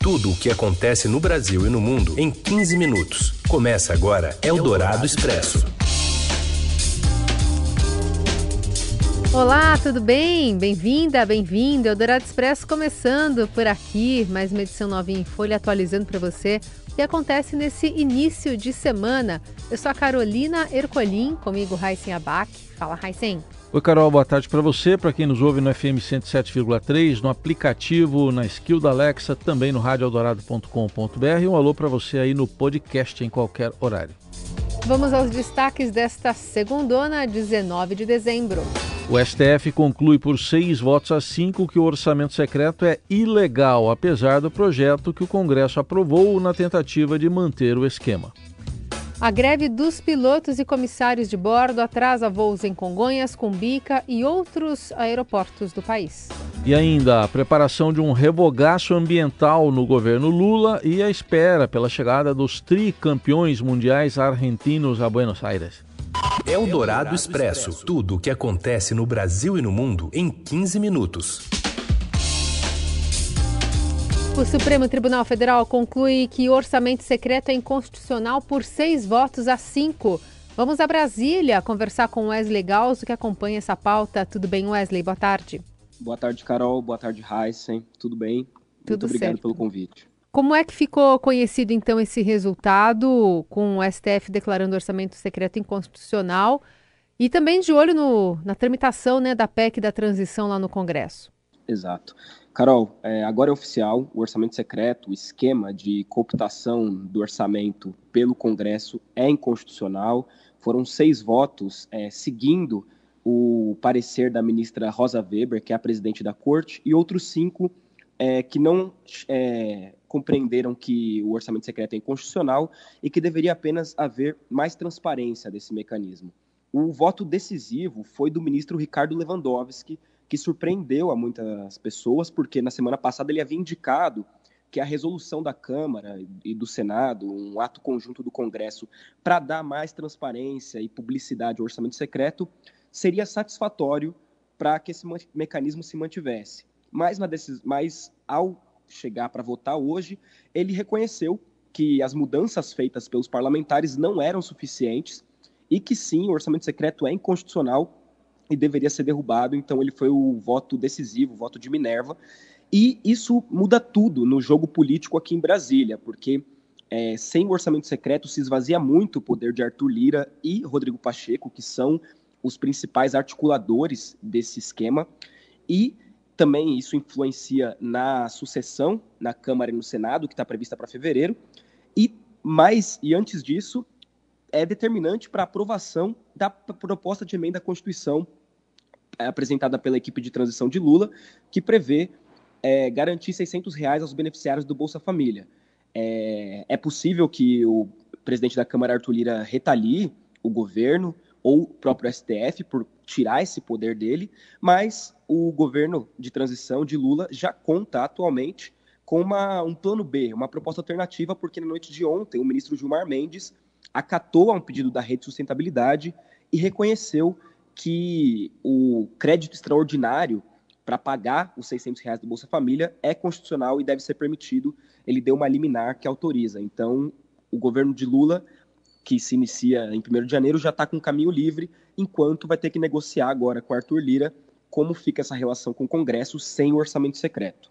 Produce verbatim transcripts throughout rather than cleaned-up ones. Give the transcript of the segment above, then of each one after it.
Tudo o que acontece no Brasil e no mundo em quinze minutos. Começa agora Eldorado Expresso. Olá, tudo bem? Bem-vinda, bem-vindo. Eldorado Expresso começando por aqui. Mais uma edição novinha em folha, atualizando para você o que acontece nesse início de semana. Eu sou a Carolina Ercolim, comigo Raíssen Abac. Fala, Raíssen. Oi, Carol, boa tarde para você, para quem nos ouve no F M cento e sete vírgula três, no aplicativo, na skill da Alexa, também no rádio eldorado ponto com ponto b r e um alô para você aí no podcast em qualquer horário. Vamos aos destaques desta segundona, dezenove de dezembro. O S T F conclui por seis votos a cinco que o orçamento secreto é ilegal, apesar do projeto que o Congresso aprovou na tentativa de manter o esquema. A greve dos pilotos e comissários de bordo atrasa voos em Congonhas, Cumbica e outros aeroportos do país. E ainda a preparação de um revogaço ambiental no governo Lula e a espera pela chegada dos tricampeões mundiais argentinos a Buenos Aires. Eldorado Expresso. Tudo o que acontece no Brasil e no mundo em quinze minutos. O Supremo Tribunal Federal conclui que o orçamento secreto é inconstitucional por seis votos a cinco. Vamos a Brasília conversar com Wesley Galzo, que acompanha essa pauta. Tudo bem, Wesley? Boa tarde. Boa tarde, Carol. Boa tarde, Raíssen. Tudo bem? Tudo Muito obrigado certo. pelo convite. Como é que ficou conhecido, então, esse resultado, com o S T F declarando o orçamento secreto inconstitucional e também de olho no, na tramitação, né, da P E C da transição lá no Congresso? Exato. Carol, é, agora é oficial, o orçamento secreto, o esquema de cooptação do orçamento pelo Congresso é inconstitucional. Foram seis votos é, seguindo o parecer da ministra Rosa Weber, que é a presidente da corte, e outros cinco é, que não é, compreenderam que o orçamento secreto é inconstitucional e que deveria apenas haver mais transparência desse mecanismo. O voto decisivo foi do ministro Ricardo Lewandowski, que surpreendeu a muitas pessoas, porque na semana passada ele havia indicado que a resolução da Câmara e do Senado, um ato conjunto do Congresso, para dar mais transparência e publicidade ao orçamento secreto, seria satisfatório para que esse mecanismo se mantivesse. Mas, na decis... Mas ao chegar para votar hoje, ele reconheceu que as mudanças feitas pelos parlamentares não eram suficientes e que sim, o orçamento secreto é inconstitucional e deveria ser derrubado. Então ele foi o voto decisivo, o voto de Minerva, e isso muda tudo no jogo político aqui em Brasília, porque é, sem o orçamento secreto se esvazia muito o poder de Arthur Lira e Rodrigo Pacheco, que são os principais articuladores desse esquema, e também isso influencia na sucessão na Câmara e no Senado, que está prevista para fevereiro, e mais, e antes disso, é determinante para a aprovação da proposta de emenda à Constituição apresentada pela equipe de transição de Lula, que prevê é, garantir seiscentos reais aos beneficiários do Bolsa Família. É, é possível que o presidente da Câmara, Arthur Lira, retalie o governo ou o próprio S T F por tirar esse poder dele, mas o governo de transição de Lula já conta atualmente com uma, um plano B, uma proposta alternativa, porque na noite de ontem o ministro Gilmar Mendes acatou a um pedido da Rede Sustentabilidade e reconheceu que o crédito extraordinário para pagar os seiscentos reais do Bolsa Família é constitucional e deve ser permitido. Ele deu uma liminar que autoriza. Então, o governo de Lula, que se inicia em primeiro de janeiro, já está com caminho livre, enquanto vai ter que negociar agora com Arthur Lira como fica essa relação com o Congresso sem o orçamento secreto.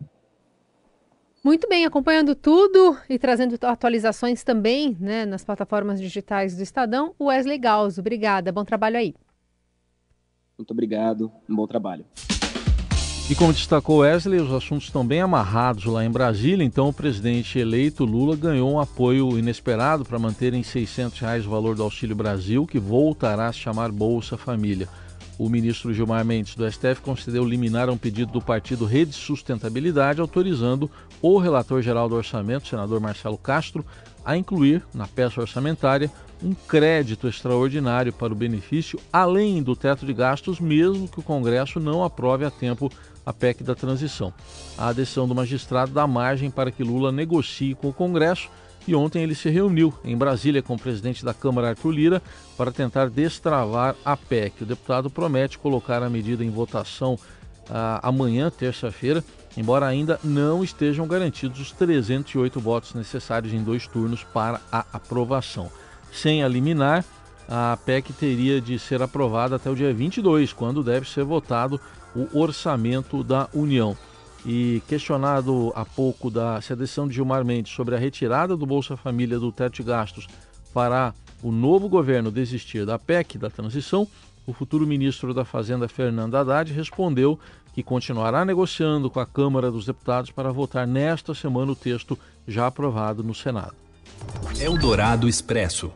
Muito bem, acompanhando tudo e trazendo atualizações também, né, nas plataformas digitais do Estadão, o Wesley Galzo. Obrigada, bom trabalho aí. Muito obrigado, um bom trabalho. E como destacou Wesley, os assuntos estão bem amarrados lá em Brasília, então o presidente eleito Lula ganhou um apoio inesperado para manter em seiscentos reais o valor do Auxílio Brasil, que voltará a se chamar Bolsa Família. O ministro Gilmar Mendes do S T F concedeu liminar a um pedido do partido Rede Sustentabilidade, autorizando o relator-geral do orçamento, senador Marcelo Castro, a incluir na peça orçamentária um crédito extraordinário para o benefício, além do teto de gastos, mesmo que o Congresso não aprove a tempo a P E C da transição. A decisão do magistrado dá margem para que Lula negocie com o Congresso e ontem ele se reuniu em Brasília com o presidente da Câmara, Arthur Lira, para tentar destravar a P E C. O deputado promete colocar a medida em votação ah, amanhã, terça-feira, embora ainda não estejam garantidos os trezentos e oito votos necessários em dois turnos para a aprovação. Sem a liminar, a P E C teria de ser aprovada até o dia vinte e dois, quando deve ser votado o orçamento da União. E questionado há pouco da, se a decisão de Gilmar Mendes sobre a retirada do Bolsa Família do teto de gastos fará o novo governo desistir da P E C, da transição, o futuro ministro da Fazenda, Fernando Haddad, respondeu que continuará negociando com a Câmara dos Deputados para votar nesta semana o texto já aprovado no Senado. Eldorado Expresso.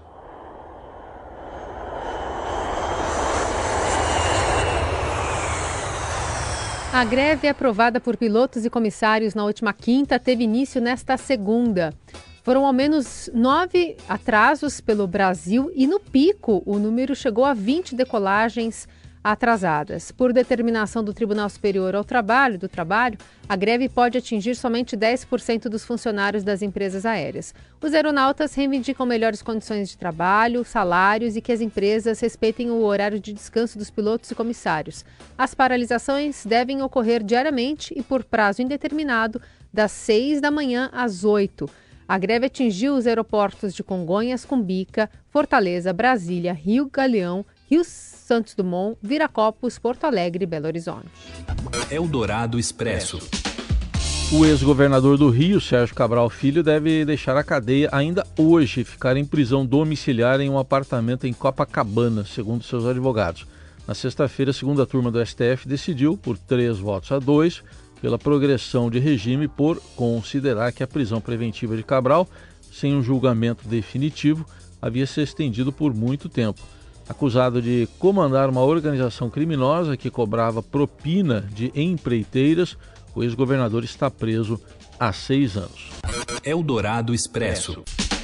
A greve aprovada por pilotos e comissários na última quinta teve início nesta segunda. Foram ao menos nove atrasos pelo Brasil e, no pico, o número chegou a vinte decolagens atrasadas. Por determinação do Tribunal Superior ao Trabalho, do Trabalho, a greve pode atingir somente dez por cento dos funcionários das empresas aéreas. Os aeronautas reivindicam melhores condições de trabalho, salários e que as empresas respeitem o horário de descanso dos pilotos e comissários. As paralisações devem ocorrer diariamente e por prazo indeterminado, das seis da manhã às oito. A greve atingiu os aeroportos de Congonhas, Cumbica, Fortaleza, Brasília, Rio Galeão, Rio Santos Dumont, Viracopos, Porto Alegre e Belo Horizonte. Eldorado Expresso. O ex-governador do Rio, Sérgio Cabral Filho, deve deixar a cadeia ainda hoje e ficar em prisão domiciliar em um apartamento em Copacabana, segundo seus advogados. Na sexta-feira, a segunda turma do S T F decidiu, por três votos a dois, pela progressão de regime por considerar que a prisão preventiva de Cabral, sem um julgamento definitivo, havia se estendido por muito tempo. Acusado de comandar uma organização criminosa que cobrava propina de empreiteiras, o ex-governador está preso há seis anos. Eldorado Expresso.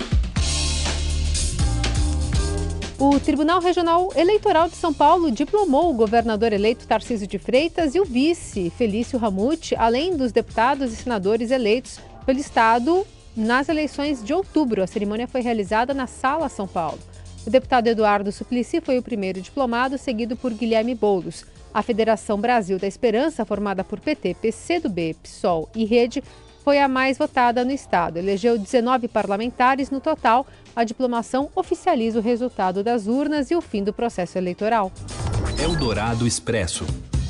O Tribunal Regional Eleitoral de São Paulo diplomou o governador eleito Tarcísio de Freitas e o vice Felício Ramute, além dos deputados e senadores eleitos pelo Estado nas eleições de outubro. A cerimônia foi realizada na Sala São Paulo. O deputado Eduardo Suplicy foi o primeiro diplomado, seguido por Guilherme Boulos. A Federação Brasil da Esperança, formada por P T, P C do B, PSOL e Rede, foi a mais votada no estado. Elegeu dezenove parlamentares no total. A diplomação oficializa o resultado das urnas e o fim do processo eleitoral. Eldorado Expresso.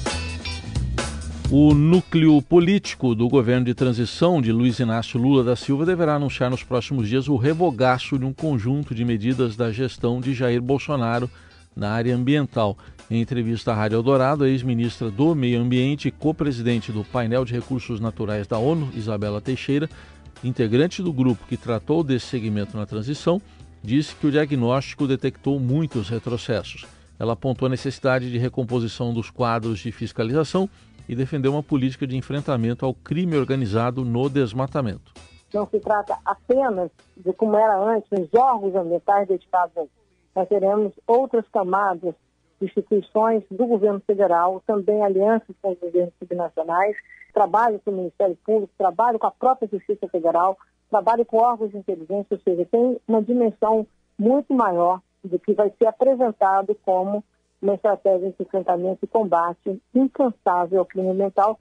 O núcleo político do governo de transição de Luiz Inácio Lula da Silva deverá anunciar nos próximos dias o revogaço de um conjunto de medidas da gestão de Jair Bolsonaro na área ambiental. Em entrevista à Rádio Eldorado, a ex-ministra do Meio Ambiente e co-presidente do painel de recursos naturais da ONU, Isabela Teixeira, integrante do grupo que tratou desse segmento na transição, disse que o diagnóstico detectou muitos retrocessos. Ela apontou a necessidade de recomposição dos quadros de fiscalização e defendeu uma política de enfrentamento ao crime organizado no desmatamento. Não se trata apenas de como era antes, os órgãos ambientais dedicados a isso. Nós teremos outras camadas de instituições do governo federal, também alianças com os governos subnacionais, trabalho com o Ministério Público, trabalho com a própria Justiça Federal, trabalho com órgãos de inteligência, ou seja, tem uma dimensão muito maior do que vai ser apresentado como uma estratégia de enfrentamento e combate incansável ao crime ambiental.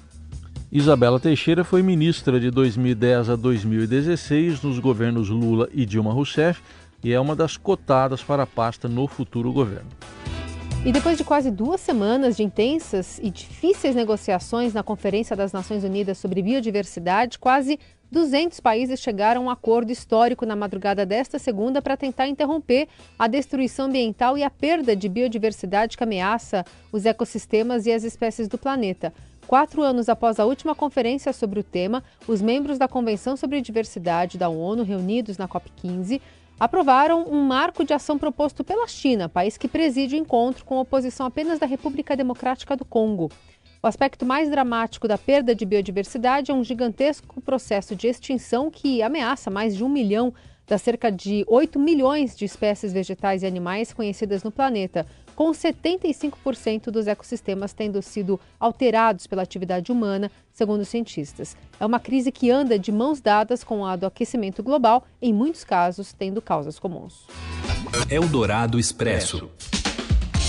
Isabela Teixeira foi ministra de dois mil e dez a dois mil e dezesseis nos governos Lula e Dilma Rousseff e é uma das cotadas para a pasta no futuro governo. E depois de quase duas semanas de intensas e difíceis negociações na Conferência das Nações Unidas sobre Biodiversidade, quase duzentos países chegaram a um acordo histórico na madrugada desta segunda para tentar interromper a destruição ambiental e a perda de biodiversidade que ameaça os ecossistemas e as espécies do planeta. Quatro anos após a última conferência sobre o tema, os membros da Convenção sobre Diversidade da ONU, reunidos na COP quinze, aprovaram um marco de ação proposto pela China, país que preside o encontro com oposição apenas da República Democrática do Congo. O aspecto mais dramático da perda de biodiversidade é um gigantesco processo de extinção que ameaça mais de um milhão das cerca de oito milhões de espécies vegetais e animais conhecidas no planeta, com setenta e cinco por cento dos ecossistemas tendo sido alterados pela atividade humana, segundo os cientistas. É uma crise que anda de mãos dadas com a do aquecimento global, em muitos casos tendo causas comuns. Eldorado Expresso.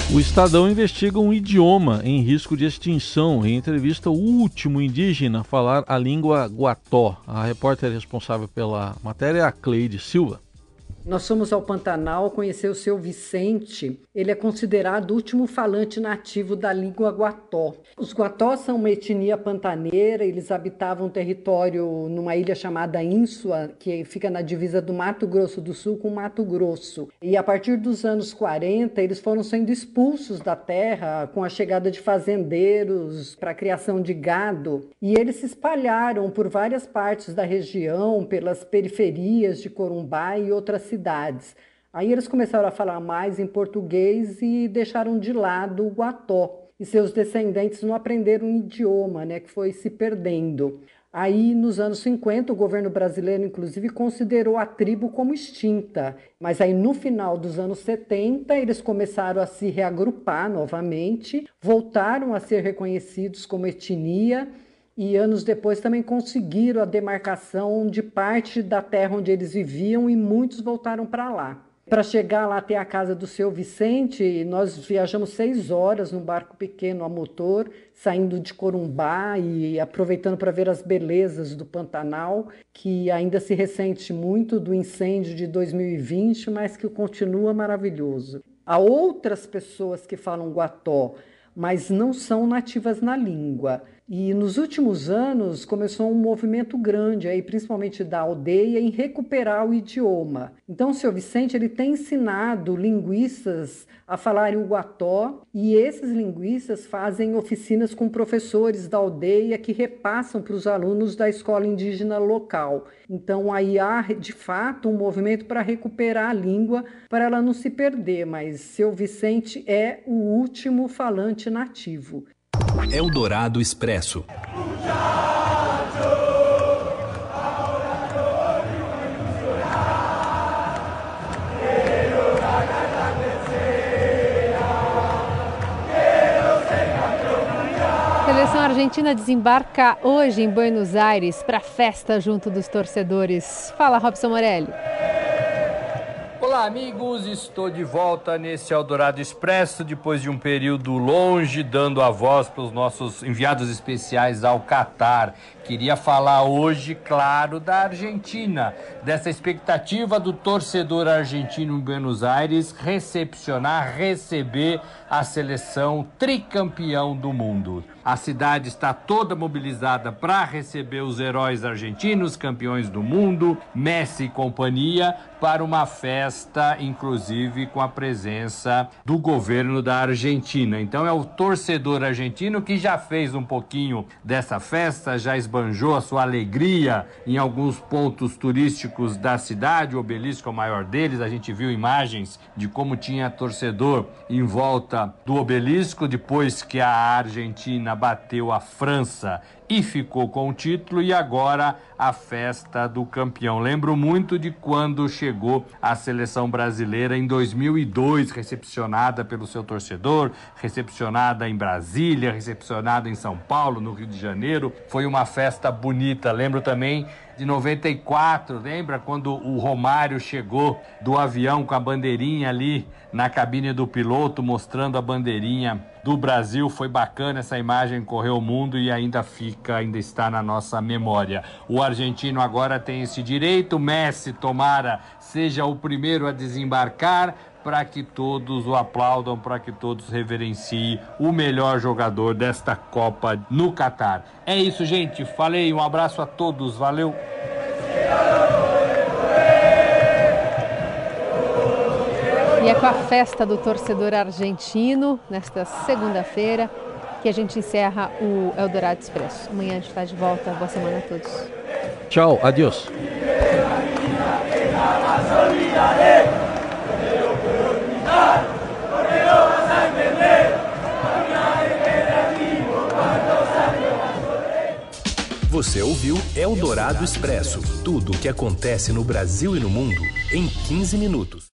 O Estadão investiga um idioma em risco de extinção e entrevista o último indígena a falar a língua guató. A repórter responsável pela matéria é a Cleide Silva. Nós fomos ao Pantanal conhecer o seu Vicente. Ele é considerado o último falante nativo da língua guató. Os guatós são uma etnia pantaneira, eles habitavam um território numa ilha chamada Insua, que fica na divisa do Mato Grosso do Sul com Mato Grosso. E a partir dos anos quarenta, eles foram sendo expulsos da terra com a chegada de fazendeiros para a criação de gado. E eles se espalharam por várias partes da região, pelas periferias de Corumbá e outras cidades. Aí eles começaram a falar mais em português e deixaram de lado o guató. E seus descendentes não aprenderam um idioma, né, que foi se perdendo. Aí, nos anos cinquenta, o governo brasileiro, inclusive, considerou a tribo como extinta. Mas aí, no final dos anos setenta, eles começaram a se reagrupar novamente, voltaram a ser reconhecidos como etnia, e anos depois também conseguiram a demarcação de parte da terra onde eles viviam e muitos voltaram para lá. Para chegar lá até a casa do seu Vicente, nós viajamos seis horas num barco pequeno a motor, saindo de Corumbá e aproveitando para ver as belezas do Pantanal, que ainda se ressente muito do incêndio de dois mil e vinte, mas que continua maravilhoso. Há outras pessoas que falam guató, mas não são nativas na língua. E nos últimos anos começou um movimento grande, aí, principalmente da aldeia, em recuperar o idioma. Então o senhor Vicente ele tem ensinado linguistas a falarem o guató, e esses linguistas fazem oficinas com professores da aldeia que repassam para os alunos da escola indígena local. Então aí há, de fato, um movimento para recuperar a língua, para ela não se perder, mas seu Vicente é o último falante nativo. Eldorado Expresso. A seleção argentina desembarca hoje em Buenos Aires para a festa junto dos torcedores. Fala, Robson Morelli. Olá, amigos, estou de volta nesse Eldorado Expresso depois de um período longe, dando a voz para os nossos enviados especiais ao Catar. Queria falar hoje, claro, da Argentina, dessa expectativa do torcedor argentino em Buenos Aires recepcionar, receber a seleção tricampeão do mundo. A cidade está toda mobilizada para receber os heróis argentinos, campeões do mundo, Messi e companhia, para uma festa, inclusive com a presença do governo da Argentina. Então é o torcedor argentino que já fez um pouquinho dessa festa, já esbanjou a sua alegria em alguns pontos turísticos da cidade. O Obelisco é o maior deles, a gente viu imagens de como tinha torcedor em volta do Obelisco, depois que a Argentina bateu a França e ficou com o título, e agora a festa do campeão. Lembro muito de quando chegou a seleção brasileira em dois mil e dois, recepcionada pelo seu torcedor, recepcionada em Brasília, recepcionada em São Paulo, no Rio de Janeiro. Foi uma festa bonita. Lembro também de noventa e quatro, lembra quando o Romário chegou do avião com a bandeirinha ali na cabine do piloto, mostrando a bandeirinha do Brasil? Foi bacana, essa imagem correu o mundo e ainda fica, ainda está na nossa memória. O argentino agora tem esse direito, Messi, tomara, seja o primeiro a desembarcar, para que todos o aplaudam, para que todos reverenciem o melhor jogador desta Copa no Catar. É isso, gente. Falei, um abraço a todos. Valeu! E é com a festa do torcedor argentino, nesta segunda-feira, que a gente encerra o Eldorado Expresso. Amanhã a gente está de volta. Boa semana a todos. Tchau, adiós. Você ouviu Eldorado Expresso. Tudo o que acontece no Brasil e no mundo em quinze minutos.